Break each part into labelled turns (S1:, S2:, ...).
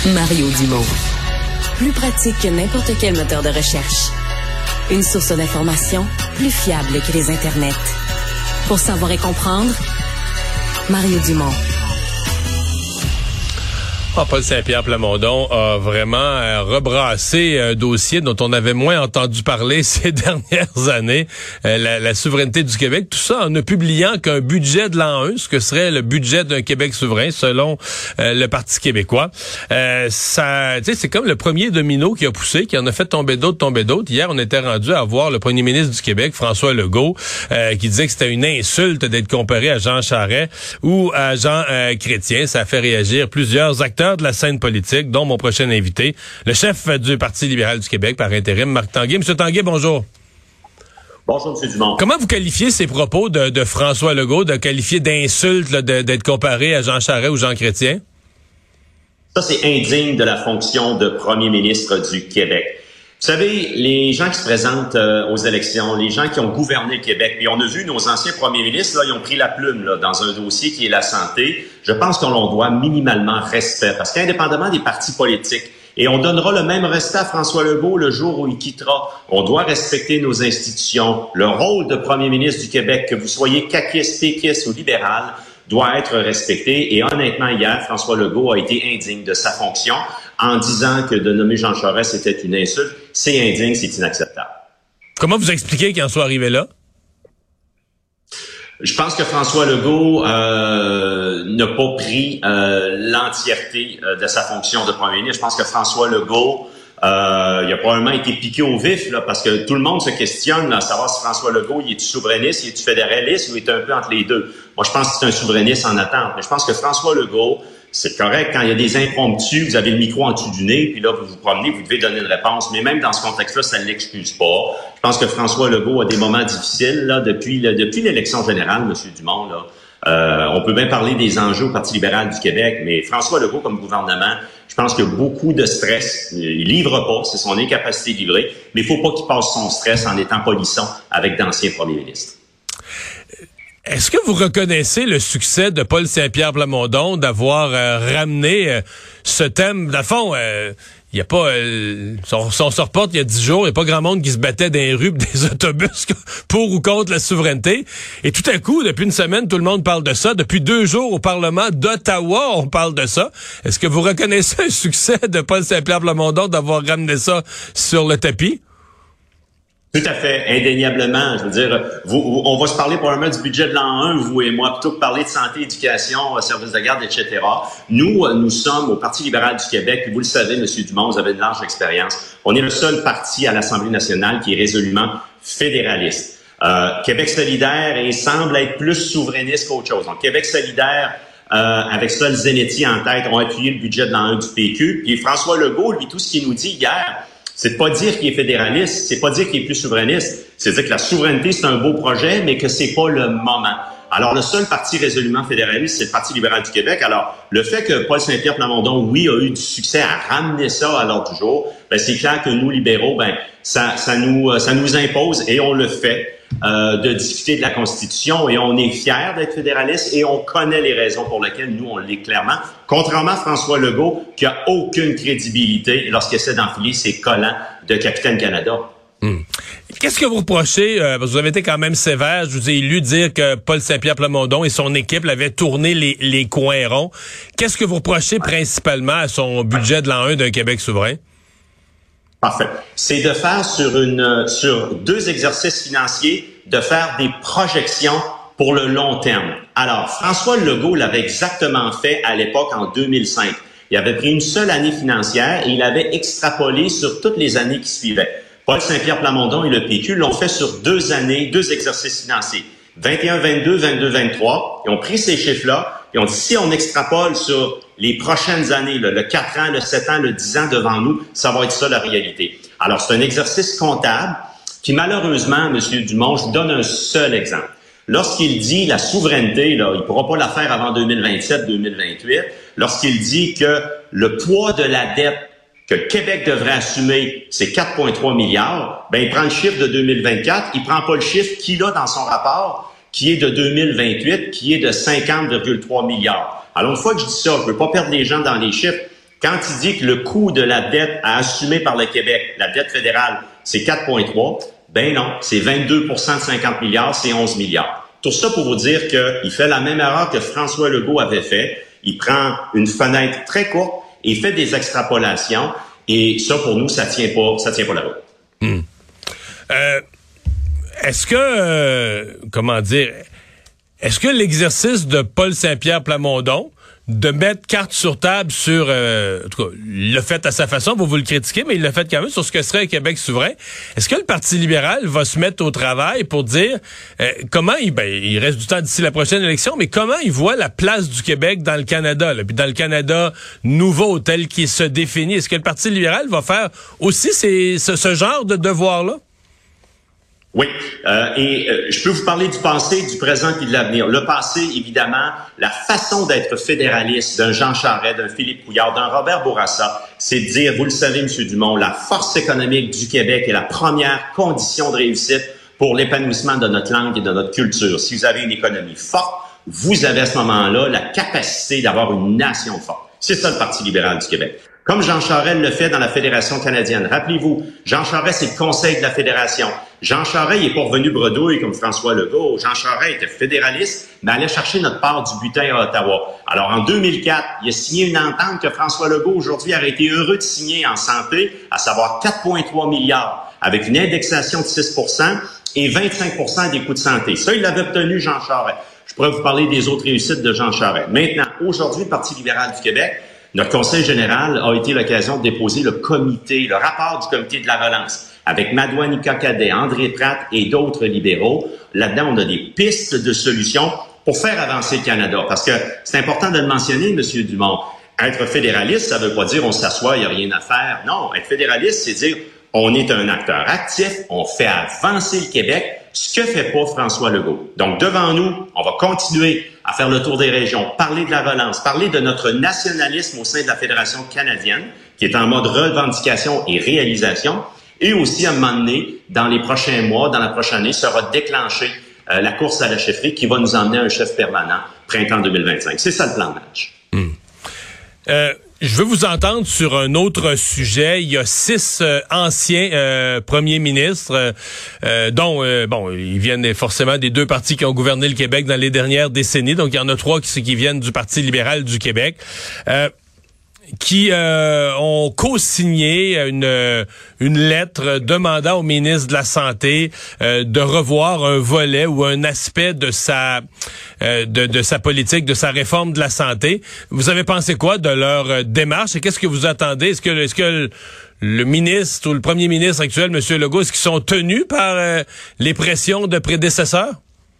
S1: Mario Dumont. Plus pratique que n'importe quel moteur de recherche. Une source d'information plus fiable que les internets. Pour savoir et comprendre, Mario Dumont.
S2: Paul Saint-Pierre Plamondon a vraiment rebrassé un dossier dont on avait moins entendu parler ces dernières années, la souveraineté du Québec. Tout ça en ne publiant qu'un budget de l'an 1, ce que serait le budget d'un Québec souverain, selon le Parti québécois. C'est comme le premier domino qui a poussé, qui en a fait tomber d'autres. Hier, on était rendu à voir le premier ministre du Québec, François Legault, qui disait que c'était une insulte d'être comparé à Jean Charest ou à Jean Chrétien. Ça a fait réagir plusieurs acteurs de la scène politique, dont mon prochain invité, le chef du Parti libéral du Québec par intérim, Marc Tanguay. Monsieur Tanguay, bonjour.
S3: Bonjour, M. Dumont.
S2: Comment vous qualifiez ces propos de François Legault, de qualifier d'insulte d'être comparé à Jean Charest ou Jean Chrétien?
S3: Ça, c'est indigne de la fonction de premier ministre du Québec. Vous savez, les gens qui se présentent aux élections, les gens qui ont gouverné le Québec, puis on a vu nos anciens premiers ministres, là, ils ont pris la plume là, dans un dossier qui est la santé. Je pense qu'on leur doit minimalement respect, parce qu'indépendamment des partis politiques, et on donnera le même respect à François Legault le jour où il quittera. On doit respecter nos institutions. Le rôle de premier ministre du Québec, que vous soyez caquiste, péquiste ou libéral, doit être respecté. Et honnêtement, hier, François Legault a été indigne de sa fonction en disant que de nommer Jean Charest, c'était une insulte. C'est indigne, c'est inacceptable.
S2: Comment vous expliquez qu'il en soit arrivé là?
S3: Je pense que François Legault n'a pas pris l'entièreté de sa fonction de premier ministre. Je pense que François Legault il a probablement été piqué au vif là, parce que tout le monde se questionne là, à savoir si François Legault il est-tu souverainiste, il est-tu fédéraliste ou il est un peu entre les deux. Moi, je pense que c'est un souverainiste en attente. Mais je pense que François Legault, c'est correct quand il y a des impromptus, vous avez le micro en dessous du nez, puis là, vous vous promenez, vous devez donner une réponse. Mais même dans ce contexte-là, ça ne l'excuse pas. Je pense que François Legault a des moments difficiles là, depuis l'élection générale, M. Dumont. Là. On peut bien parler des enjeux au Parti libéral du Québec, mais François Legault, comme gouvernement, je pense qu'il y a beaucoup de stress. Il livre pas, c'est son incapacité de livrer, mais il faut pas qu'il passe son stress en étant polisson avec d'anciens premiers ministres.
S2: Est-ce que vous reconnaissez le succès de Paul Saint-Pierre Plamondon d'avoir ramené ce thème? Dans le fond, il y a pas... si on se reporte il y a 10 jours, il n'y a pas grand monde qui se battait dans les rues des autobus pour ou contre la souveraineté. Et tout à coup, depuis une semaine, tout le monde parle de ça. Depuis 2 jours, au Parlement d'Ottawa, on parle de ça. Est-ce que vous reconnaissez un succès de Paul Saint-Pierre Plamondon d'avoir ramené ça sur le tapis?
S3: Tout à fait, indéniablement. Je veux dire, on va se parler probablement du budget de l'an 1, vous et moi, plutôt que parler de santé, éducation, services de garde, etc. Nous sommes au Parti libéral du Québec, puis vous le savez, M. Dumont, vous avez une large expérience. On est le seul parti à l'Assemblée nationale qui est résolument fédéraliste. Québec solidaire et semble être plus souverainiste qu'autre chose. Donc, Québec solidaire, avec Sol Zanetti en tête, ont appuyé le budget de l'an 1 du PQ. Puis François Legault, lui, tout ce qu'il nous dit hier, c'est pas dire qu'il est fédéraliste, c'est pas dire qu'il est plus souverainiste, c'est dire que la souveraineté, c'est un beau projet, mais que c'est pas le moment. Alors, le seul parti résolument fédéraliste, c'est le Parti libéral du Québec. Alors, le fait que Paul Saint-Pierre Plamondon, oui, a eu du succès à ramener ça à l'ordre du jour, ben, c'est clair que nous, libéraux, ben, ça nous impose, et on le fait, de discuter de la Constitution, et on est fiers d'être fédéraliste, et on connaît les raisons pour lesquelles nous, on l'est clairement. Contrairement à François Legault, qui a aucune crédibilité lorsqu'il essaie d'enfiler ses collants de Capitaine Canada.
S2: Qu'est-ce que vous reprochez? Parce que vous avez été quand même sévère. Je vous ai lu dire que Paul Saint-Pierre Plamondon et son équipe l'avaient tourné les coins ronds. Qu'est-ce que vous reprochez principalement à son budget de l'an 1 d'un Québec souverain?
S3: Parfait. C'est de faire sur 2 exercices financiers, de faire des projections pour le long terme. Alors, François Legault l'avait exactement fait à l'époque en 2005. Il avait pris une seule année financière et il avait extrapolé sur toutes les années qui suivaient. Paul Saint-Pierre Plamondon et le PQ l'ont fait sur 2 années, 2 exercices financiers. 21-22, 22-23. Ils ont pris ces chiffres-là et ont dit, si on extrapole sur les prochaines années, le 4 ans, le 7 ans, le 10 ans devant nous, ça va être ça la réalité. Alors, c'est un exercice comptable qui, malheureusement, M. Dumont, je vous donne un seul exemple. Lorsqu'il dit la souveraineté, là, il ne pourra pas la faire avant 2027-2028, lorsqu'il dit que le poids de la dette que Québec devrait assumer, c'est 4,3 milliards, ben il prend le chiffre de 2024, il prend pas le chiffre qu'il a dans son rapport, qui est de 2028, qui est de 50,3 milliards. Alors, une fois que je dis ça, je veux pas perdre les gens dans les chiffres. Quand il dit que le coût de la dette à assumer par le Québec, la dette fédérale, c'est 4,3, ben non, c'est 22 % de 50 milliards, c'est 11 milliards. Tout ça pour vous dire qu'il fait la même erreur que François Legault avait fait. Il prend une fenêtre très courte et fait des extrapolations. Et ça, pour nous, ça tient pas la route.
S2: Est-ce que, est-ce que l'exercice de Paul Saint-Pierre Plamondon, de mettre carte sur table sur, en tout cas, il l'a fait à sa façon, vous le critiquez, mais il l'a fait quand même sur ce que serait un Québec souverain. Est-ce que le Parti libéral va se mettre au travail pour dire comment il reste du temps d'ici la prochaine élection, mais comment il voit la place du Québec dans le Canada, là, puis dans le Canada nouveau tel qu'il se définit? Est-ce que le Parti libéral va faire aussi ce genre de devoir-là?
S3: Oui, je peux vous parler du passé, du présent et de l'avenir. Le passé, évidemment, la façon d'être fédéraliste d'un Jean Charest, d'un Philippe Couillard, d'un Robert Bourassa, c'est de dire, vous le savez, M. Dumont, la force économique du Québec est la première condition de réussite pour l'épanouissement de notre langue et de notre culture. Si vous avez une économie forte, vous avez à ce moment-là la capacité d'avoir une nation forte. C'est ça le Parti libéral du Québec. Comme Jean Charest le fait dans la Fédération canadienne. Rappelez-vous, Jean Charest, c'est le conseil de la Fédération. Jean Charest, il n'est pas revenu bredouille comme François Legault. Jean Charest était fédéraliste, mais allait chercher notre part du butin à Ottawa. Alors, en 2004, il a signé une entente que François Legault, aujourd'hui, aurait été heureux de signer en santé, à savoir 4,3 milliards, avec une indexation de 6 % et 25 % des coûts de santé. Ça, il l'avait obtenu, Jean Charest. Je pourrais vous parler des autres réussites de Jean Charest. Maintenant, aujourd'hui, le Parti libéral du Québec, notre conseil général a été l'occasion de déposer le rapport du comité de la relance, avec Madouanika Cadet, André Pratt et d'autres libéraux. Là-dedans, on a des pistes de solutions pour faire avancer le Canada. Parce que c'est important de le mentionner, M. Dumont. Être fédéraliste, ça ne veut pas dire on s'assoit, il n'y a rien à faire. Non, être fédéraliste, c'est dire on est un acteur actif, on fait avancer le Québec, ce que fait pas François Legault. Donc, devant nous, on va continuer à faire le tour des régions, parler de la relance, parler de notre nationalisme au sein de la Fédération canadienne, qui est en mode revendication et réalisation, et aussi, à un moment donné, dans les prochains mois, dans la prochaine année, sera déclenchée la course à la chefferie qui va nous emmener à un chef permanent printemps 2025. C'est ça le plan de match.
S2: Je veux vous entendre sur un autre sujet. Il y a 6 anciens premiers ministres, dont, ils viennent forcément des 2 partis qui ont gouverné le Québec dans les dernières décennies. Donc, il y en a 3 qui viennent du Parti libéral du Québec, qui ont co-signé une lettre demandant au ministre de la Santé de revoir un volet ou un aspect de sa politique, de sa réforme de la santé. Vous avez pensé quoi de leur démarche et qu'est-ce que vous attendez? Est-ce que le ministre ou le premier ministre actuel, M. Legault, est-ce qu'ils sont tenus par les pressions de prédécesseurs?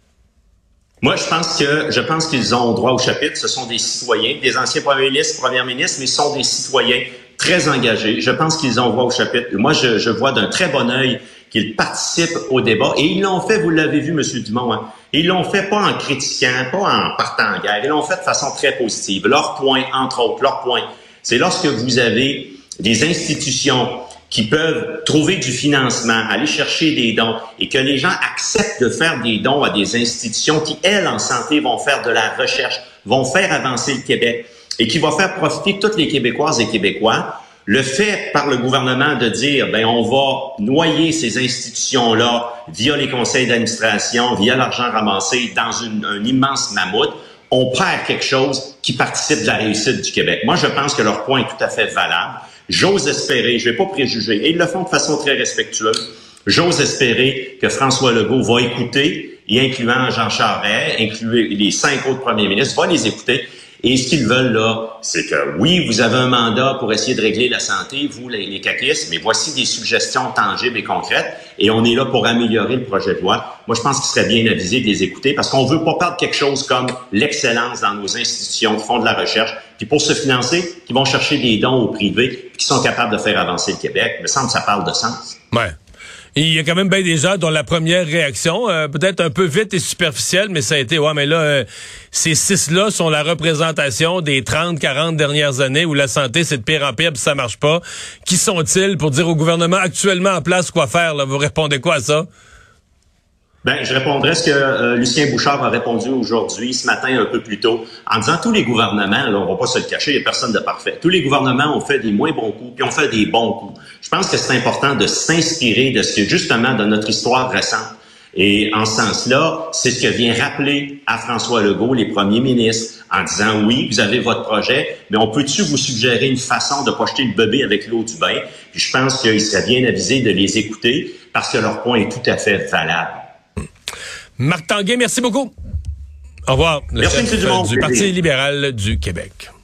S3: Moi, je pense qu'ils ont droit au chapitre. Ce sont des citoyens, des anciens premiers ministres, premières ministres, mais ce sont des citoyens très engagés. Je pense qu'ils ont droit au chapitre. Moi, je vois d'un très bon œil qu'ils participent au débat. Et ils l'ont fait, vous l'avez vu, M. Dumont, hein. Ils l'ont fait pas en critiquant, pas en partant en guerre. Ils l'ont fait de façon très positive. Leur point, entre autres, c'est lorsque vous avez des institutions qui peuvent trouver du financement, aller chercher des dons, et que les gens acceptent de faire des dons à des institutions qui, elles, en santé, vont faire de la recherche, vont faire avancer le Québec, et qui vont faire profiter toutes les Québécoises et Québécois. Le fait par le gouvernement de dire, on va noyer ces institutions-là via les conseils d'administration, via l'argent ramassé dans un immense mammouth, on perd quelque chose qui participe de la réussite du Québec. Moi, je pense que leur point est tout à fait valable. J'ose espérer, je vais pas préjuger, et ils le font de façon très respectueuse, j'ose espérer que François Legault va écouter, y incluant Jean Charest, incluer les 5 autres premiers ministres, va les écouter. Et ce qu'ils veulent là, c'est que oui, vous avez un mandat pour essayer de régler la santé, vous, les caquistes, mais voici des suggestions tangibles et concrètes, et on est là pour améliorer le projet de loi. Moi, je pense qu'il serait bien avisé de les écouter, parce qu'on veut pas perdre quelque chose comme l'excellence dans nos institutions qui font de la recherche, puis pour se financer, qui vont chercher des dons au privé, puis qui sont capables de faire avancer le Québec. Il me semble que ça parle de sens.
S2: Ouais. Il y a quand même bien des gens dont la première réaction, peut-être un peu vite et superficielle, mais ça a été, mais là, ces 6-là sont la représentation des 30, 40 dernières années où la santé, c'est de pire en pire, puis ça marche pas. Qui sont-ils pour dire au gouvernement actuellement en place quoi faire, là? Vous répondez quoi à ça?
S3: Je répondrai à ce que Lucien Bouchard a répondu aujourd'hui, ce matin, un peu plus tôt, en disant tous les gouvernements, là, on va pas se le cacher, il n'y a personne de parfait. Tous les gouvernements ont fait des moins bons coups, puis ont fait des bons coups. Je pense que c'est important de s'inspirer de ce que, justement, de notre histoire récente. Et en ce sens-là, c'est ce que vient rappeler à François Legault, les premiers ministres, en disant, oui, vous avez votre projet, mais on peut-tu vous suggérer une façon de pas jeter le bébé avec l'eau du bain? Puis je pense qu'il serait bien avisé de les écouter parce que leur point est tout à fait valable.
S2: Marc Tanguay, merci beaucoup. Au revoir.
S3: Merci, M. Dumont.
S2: Du Parti libéral du Québec.